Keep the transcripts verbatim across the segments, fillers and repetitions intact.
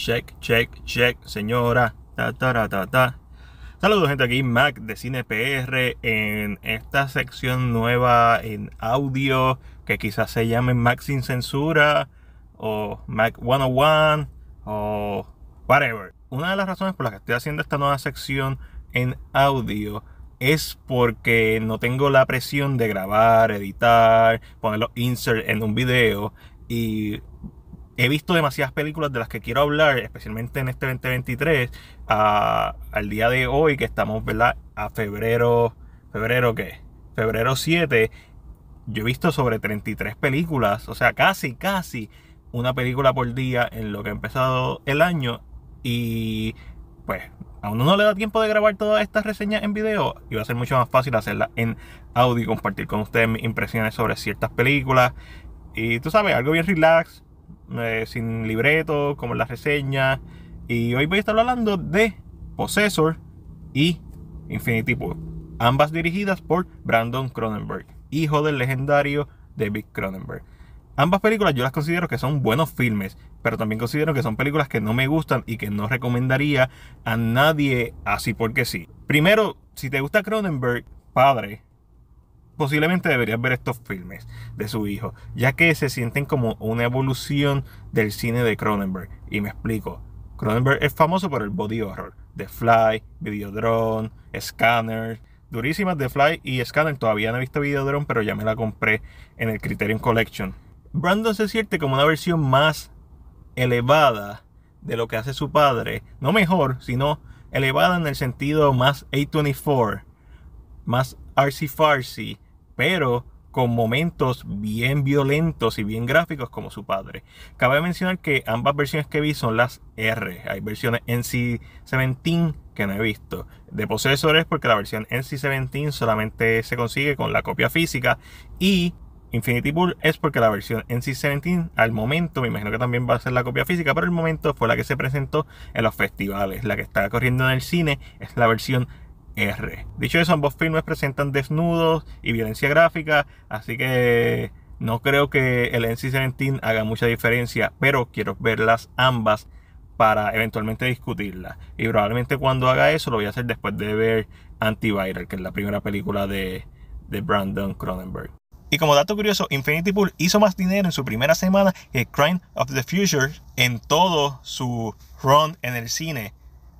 Check, check, check, señora. Ta, ta, ta, ta, ta. Saludos, gente, aquí Mac de Cine P R en esta sección nueva en audio que quizás se llame Mac sin censura o Mac ciento uno o whatever. Una de las razones por las que estoy haciendo esta nueva sección en audio es porque no tengo la presión de grabar, editar, poner los inserts en un video, y he visto demasiadas películas de las que quiero hablar, especialmente en este veinte veintitrés, a, al día de hoy que estamos, ¿verdad? A febrero, ¿febrero qué? febrero siete, yo he visto sobre treinta y tres películas, o sea, casi, casi una película por día en lo que ha empezado el año, y pues a uno no le da tiempo de grabar todas estas reseñas en video, y va a ser mucho más fácil hacerlas en audio y compartir con ustedes mis impresiones sobre ciertas películas. Y tú sabes, algo bien relax, eh, sin libreto, como en las reseñas. Y hoy voy a estar hablando de Possessor y Infinity Pool, ambas dirigidas por Brandon Cronenberg, hijo del legendario David Cronenberg. Ambas películas yo las considero que son buenos filmes, pero también considero que son películas que no me gustan y que no recomendaría a nadie así porque sí. Primero, si te gusta Cronenberg, padre, posiblemente deberías ver estos filmes de su hijo, ya que se sienten como una evolución del cine de Cronenberg. Y me explico. Cronenberg es famoso por el body horror, The Fly, Videodrome, Scanner. Durísimas The Fly y Scanner. Todavía no he visto Videodrome, pero ya me la compré en el Criterion Collection. Brandon se siente como una versión más elevada de lo que hace su padre. No mejor, sino elevada en el sentido más A veinticuatro, más artsy-fartsy, pero con momentos bien violentos y bien gráficos como su padre. Cabe mencionar que ambas versiones que vi son las R. Hay versiones N C diecisiete que no he visto. De Possessor es porque la versión N C diecisiete solamente se consigue con la copia física, y Infinity Pool es porque la versión N C diecisiete al momento, me imagino que también va a ser la copia física, pero el momento fue la que se presentó en los festivales. La que está corriendo en el cine es la versión R. Dicho eso, ambos filmes presentan desnudos y violencia gráfica, así que no creo que el N C diecisiete haga mucha diferencia, pero quiero verlas ambas para eventualmente discutirlas. Y probablemente cuando haga eso lo voy a hacer después de ver Antiviral, que es la primera película de, de Brandon Cronenberg. Y como dato curioso, Infinity Pool hizo más dinero en su primera semana que Crime of the Future en todo su run en el cine.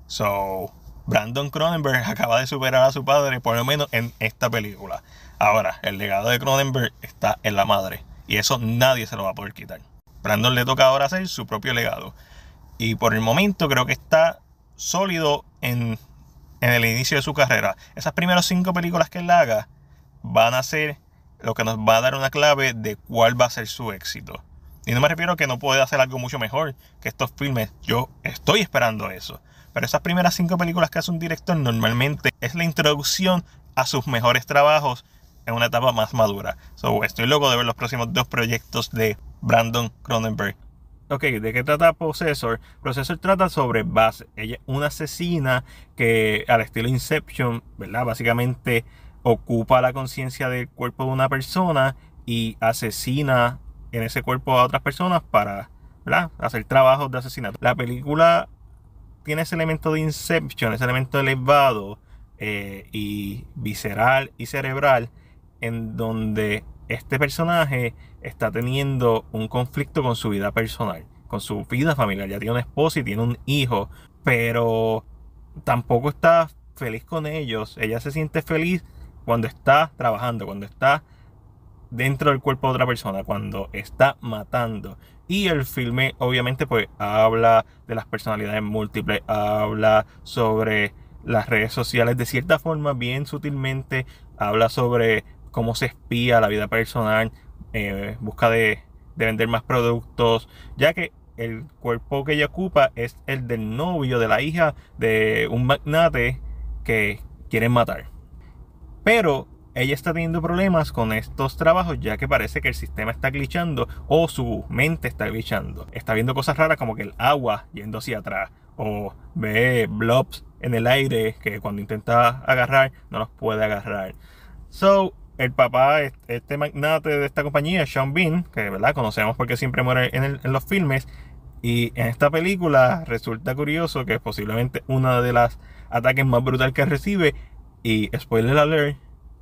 So, Brandon Cronenberg acaba de superar a su padre, por lo menos en esta película. Ahora, el legado de Cronenberg está en la madre, y eso nadie se lo va a poder quitar. Brandon le toca ahora hacer su propio legado, y por el momento creo que está sólido en, en el inicio de su carrera. Esas primeras cinco películas que él haga van a ser lo que nos va a dar una clave de cuál va a ser su éxito. Y no me refiero a que no pueda hacer algo mucho mejor que estos filmes. Yo estoy esperando eso. Pero esas primeras cinco películas que hace un director normalmente es la introducción a sus mejores trabajos en una etapa más madura. So, estoy loco de ver los próximos dos proyectos de Brandon Cronenberg. Ok, ¿de qué trata Possessor? Possessor trata sobre Baz. Ella es una asesina que, al estilo Inception, ¿verdad? Básicamente ocupa la conciencia del cuerpo de una persona y asesina en ese cuerpo a otras personas para, ¿verdad?, hacer trabajos de asesinato. La película tiene ese elemento de Inception, ese elemento elevado eh, y visceral y cerebral, en donde este personaje está teniendo un conflicto con su vida personal, con su vida familiar. Ya tiene una esposa y tiene un hijo, pero tampoco está feliz con ellos. Ella se siente feliz cuando está trabajando, cuando está dentro del cuerpo de otra persona, cuando está matando. Y el filme obviamente pues habla de las personalidades múltiples, habla sobre las redes sociales de cierta forma, bien sutilmente, habla sobre cómo se espía la vida personal, eh, busca de, de vender más productos, ya que el cuerpo que ella ocupa es el del novio de la hija de un magnate que quieren matar. Pero ella está teniendo problemas con estos trabajos, ya que parece que el sistema está glitchando o su mente está glitchando. Está viendo cosas raras como que el agua yendo hacia atrás, o ve blobs en el aire que cuando intenta agarrar no los puede agarrar. So, el papá, este magnate de esta compañía, Sean Bean, que, ¿verdad?, conocemos porque siempre muere en, el, en los filmes, Y en esta película resulta curioso que posiblemente una de las ataques más brutal que recibe, y spoiler alert,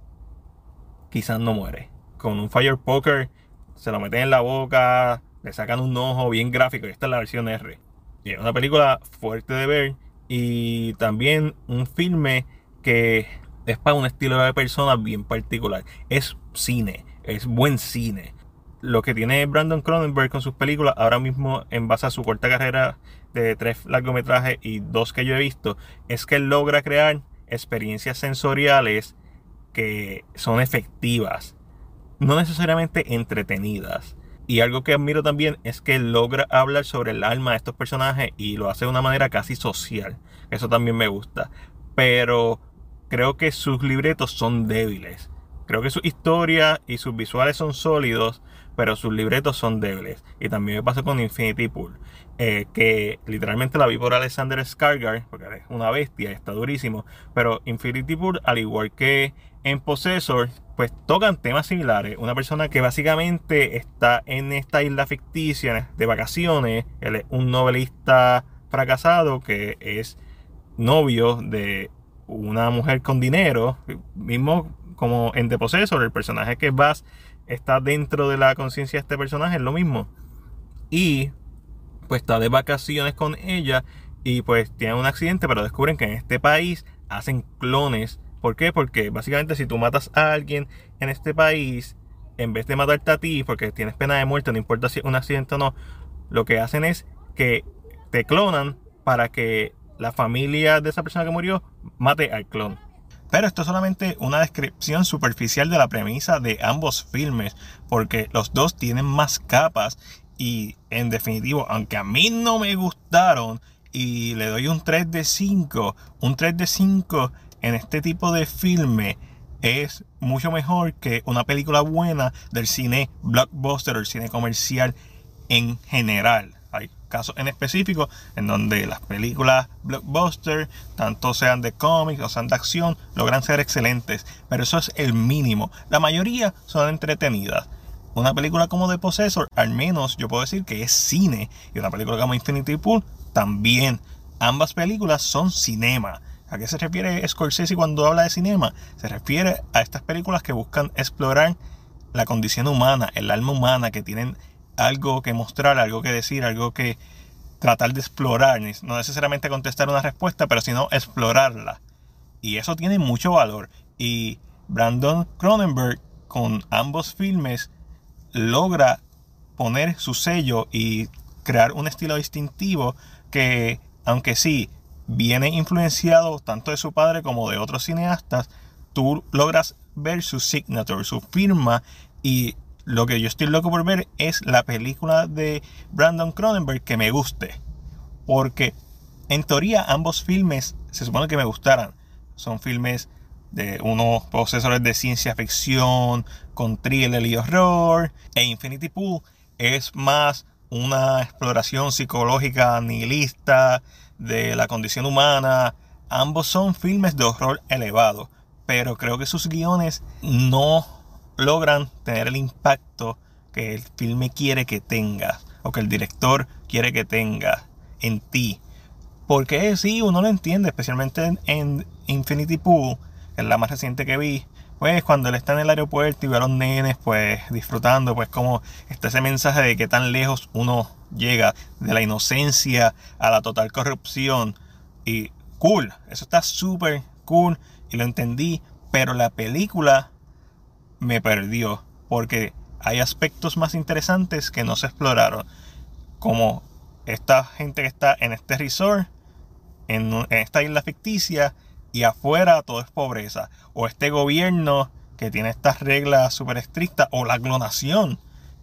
quizás no muere. Con un fire poker se lo meten en la boca, le sacan un ojo bien gráfico, y esta es la versión R. Y es una película fuerte de ver, y también un filme que es para un estilo de persona bien particular. Es cine, es buen cine. Lo que tiene Brandon Cronenberg con sus películas ahora mismo, en base a su corta carrera de tres largometrajes y dos que yo he visto, es que él logra crear experiencias sensoriales que son efectivas, no necesariamente entretenidas. Y algo que admiro también es que logra hablar sobre el alma de estos personajes y lo hace de una manera casi social. Eso también me gusta. Pero creo que sus libretos son débiles. Creo que sus historias y sus visuales son sólidos, pero sus libretos son débiles. Y también me pasó con Infinity Pool, eh, que literalmente la vi por Alexander Skarsgård, porque es una bestia, está durísimo. Pero Infinity Pool, al igual que en Possessor, pues tocan temas similares. Una persona que básicamente está en esta isla ficticia de vacaciones. Él es un novelista fracasado que es novio de una mujer con dinero, mismo como en The Possessor. El personaje que Baz está dentro de la conciencia de este personaje, es lo mismo. Y pues está de vacaciones con ella y pues tiene un accidente, pero descubren que en este país hacen clones. ¿Por qué? Porque básicamente si tú matas a alguien en este país, en vez de matarte a ti porque tienes pena de muerte, no importa si es un accidente o no, lo que hacen es que te clonan para que la familia de esa persona que murió mate al clon. Pero esto es solamente una descripción superficial de la premisa de ambos filmes, porque los dos tienen más capas y, en definitivo, aunque a mí no me gustaron y le doy un tres de cinco, un tres de cinco en este tipo de filme es mucho mejor que una película buena del cine blockbuster o el cine comercial en general. Hay casos en específico en donde las películas blockbuster, tanto sean de cómics o sean de acción, logran ser excelentes, pero eso es el mínimo. La mayoría son entretenidas. Una película como The Possessor, al menos yo puedo decir que es cine, y una película como Infinity Pool también. Ambas películas son cinema. ¿A qué se refiere Scorsese cuando habla de cinema? Se refiere a estas películas que buscan explorar la condición humana, el alma humana, que tienen algo que mostrar, algo que decir, algo que tratar de explorar. No necesariamente contestar una respuesta, pero sino explorarla. Y eso tiene mucho valor. Y Brandon Cronenberg, con ambos filmes, logra poner su sello y crear un estilo distintivo que, aunque sí viene influenciado tanto de su padre como de otros cineastas, tú logras ver su signature, su firma. Y lo que yo estoy loco por ver es la película de Brandon Cronenberg que me guste, porque en teoría ambos filmes se supone que me gustaran. Son filmes de unos posesores de ciencia ficción con thriller y horror, e Infinity Pool es más una exploración psicológica nihilista de la condición humana. Ambos son filmes de horror elevado, pero creo que sus guiones no logran tener el impacto que el filme quiere que tenga, o que el director quiere que tenga en ti. Porque sí, uno lo entiende, especialmente en, en Infinity Pool, que es la más reciente que vi. Pues cuando él está en el aeropuerto y ve a los nenes pues disfrutando, pues como está ese mensaje de que tan lejos uno llega de la inocencia a la total corrupción. Y cool, eso está súper cool y lo entendí, pero la película me perdió porque hay aspectos más interesantes que no se exploraron, como esta gente que está en este resort, en, en esta isla ficticia, y afuera todo es pobreza, o este gobierno que tiene estas reglas súper estrictas, o la clonación.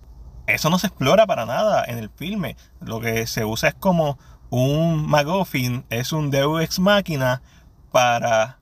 Eso no se explora para nada en el filme. Lo que se usa es como un MacGuffin, es un Deus Ex Machina para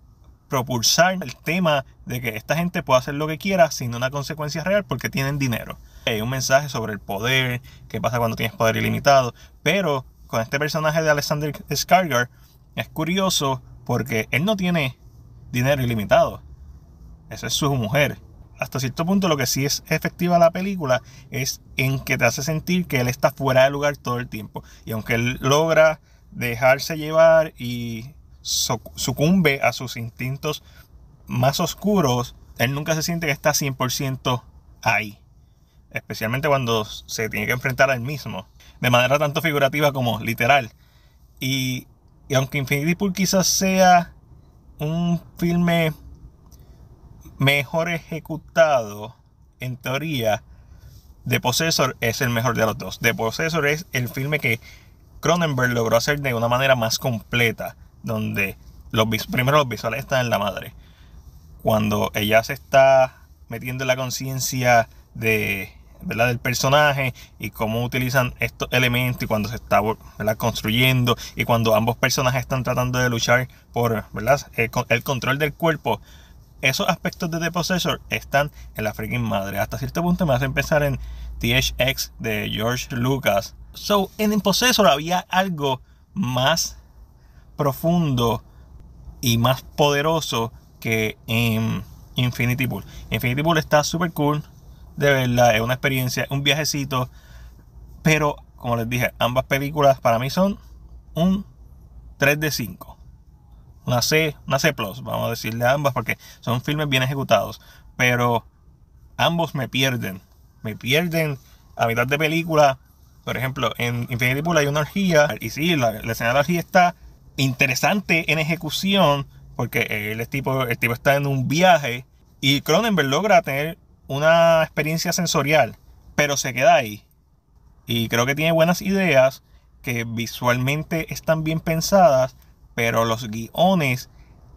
propulsar el tema de que esta gente puede hacer lo que quiera sin una consecuencia real porque tienen dinero. Hay un mensaje sobre el poder, qué pasa cuando tienes poder ilimitado, pero con este personaje de Alexander Skarsgård es curioso porque él no tiene dinero ilimitado. Esa es su mujer. hasta cierto punto lo que sí es efectiva la película es en que te hace sentir que él está fuera de lugar todo el tiempo. Y aunque él logra dejarse llevar y sucumbe a sus instintos más oscuros, él nunca se siente que está cien por ciento ahí. Especialmente cuando se tiene que enfrentar a él mismo. De manera tanto figurativa como literal. Y, y aunque Infinity Pool quizás sea un filme mejor ejecutado, en teoría, The Possessor es el mejor de los dos. The Possessor es el filme que Cronenberg logró hacer de una manera más completa, donde los, primero los visuales están en la madre. Cuando ella se está metiendo en la conciencia de, ¿verdad?, del personaje y cómo utilizan estos elementos y cuando se está, ¿verdad?, construyendo y cuando ambos personajes están tratando de luchar por, ¿verdad?, el, el control del cuerpo. Esos aspectos de The Possessor están en la freaking madre. Hasta cierto punto me hace pensar en T H X de George Lucas. So, en The Possessor había algo más profundo y más poderoso que en Infinity Pool. Infinity Pool está súper cool, de verdad, es una experiencia, un viajecito, pero como les dije, ambas películas para mí son un tres de cinco, una C, una C plus, vamos a decirle a ambas porque son filmes bien ejecutados, pero ambos me pierden, me pierden a mitad de película. Por ejemplo, en Infinity Pool hay una orgía, y sí, la, la escena de la orgía está interesante en ejecución, porque el tipo, el tipo está en un viaje y Cronenberg logra tener una experiencia sensorial, pero se queda ahí. Y creo que tiene buenas ideas que visualmente están bien pensadas, pero los guiones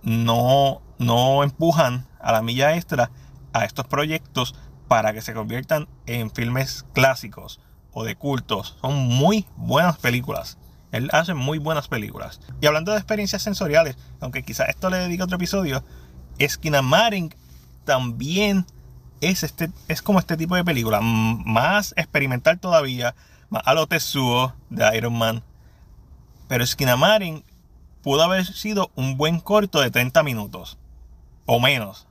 no, no empujan a la milla extra a estos proyectos para que se conviertan en filmes clásicos o de cultos. Son muy buenas películas. Él hace muy buenas películas. Y hablando de experiencias sensoriales, aunque quizás esto le dedique otro episodio, Skinamarink también es, este, es como este tipo de película. Más experimental todavía, más a lo Tetsuo de Iron Man. Pero Skinamarink pudo haber sido un buen corto de treinta minutos. O menos.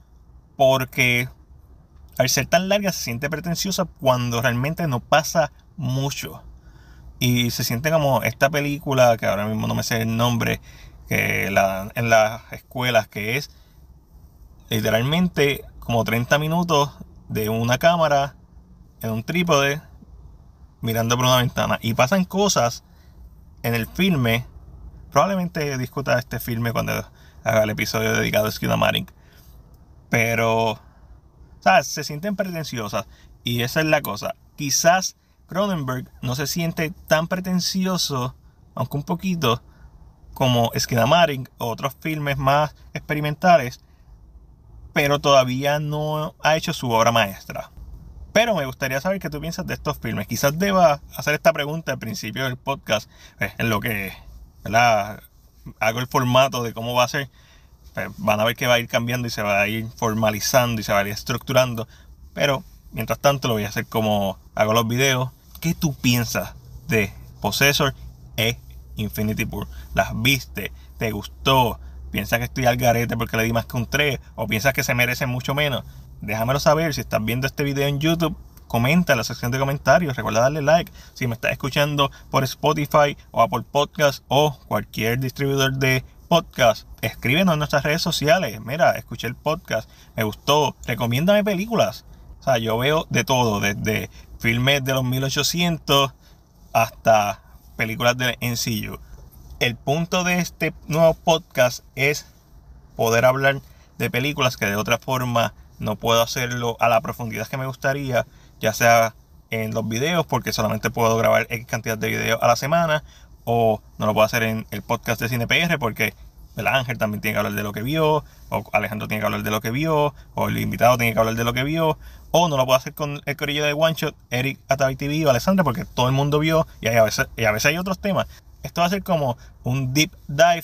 Porque al ser tan larga se siente pretenciosa cuando realmente no pasa mucho. Y se siente como esta película, que ahora mismo no me sé el nombre, que la, en las escuelas, que es literalmente como treinta minutos de una cámara en un trípode mirando por una ventana. Y pasan cosas en el filme. Probablemente discuta este filme cuando haga el episodio dedicado a Skinamarink. Pero, ¿sabes?, se sienten pretenciosas. Y esa es la cosa. Quizás Cronenberg no se siente tan pretencioso, aunque un poquito, como Skinamarink o otros filmes más experimentales, pero todavía no ha hecho su obra maestra. Pero me gustaría saber qué tú piensas de estos filmes. Quizás deba hacer esta pregunta al principio del podcast, pues, en lo que, ¿verdad?, hago el formato de cómo va a ser. Pues van a ver que va a ir cambiando y se va a ir formalizando y se va a ir estructurando. Pero mientras tanto lo voy a hacer como hago los videos. ¿Qué tú piensas de Possessor e Infinity Pool? ¿Las viste? ¿Te gustó? ¿Piensas que estoy al garete porque le di más que un tres? ¿O piensas que se merece mucho menos? Déjamelo saber. Si estás viendo este video en YouTube, comenta en la sección de comentarios. Recuerda darle like. Si me estás escuchando por Spotify o Apple Podcast o cualquier distribuidor de podcast, escríbenos en nuestras redes sociales. Mira, escuché el podcast, me gustó, recomiéndame películas. O sea, yo veo de todo, desde filmes de los mil ochocientos hasta películas del M C U. El punto de este nuevo podcast es poder hablar de películas que de otra forma no puedo hacerlo a la profundidad que me gustaría, ya sea en los videos, porque solamente puedo grabar X cantidad de videos a la semana, o no lo puedo hacer en el podcast de Cine P R porque el Ángel también tiene que hablar de lo que vio, o Alejandro tiene que hablar de lo que vio, o el invitado tiene que hablar de lo que vio, o no lo puedo hacer con el corillo de One Shot, Eric, Atavi T V o Alessandra, porque todo el mundo vio y a veces, y a veces hay otros temas. Esto va a ser como un deep dive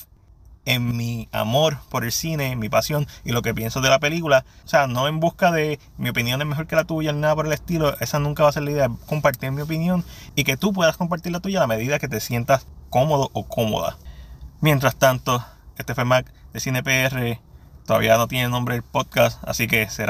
en mi amor por el cine, mi pasión y lo que pienso de la película. O sea, no en busca de mi opinión es mejor que la tuya, ni nada por el estilo. Esa nunca va a ser la idea, compartir mi opinión y que tú puedas compartir la tuya a la medida que te sientas cómodo o cómoda. Mientras tanto, este fue Mac de Cine P R. Todavía no tiene nombre el podcast, así que será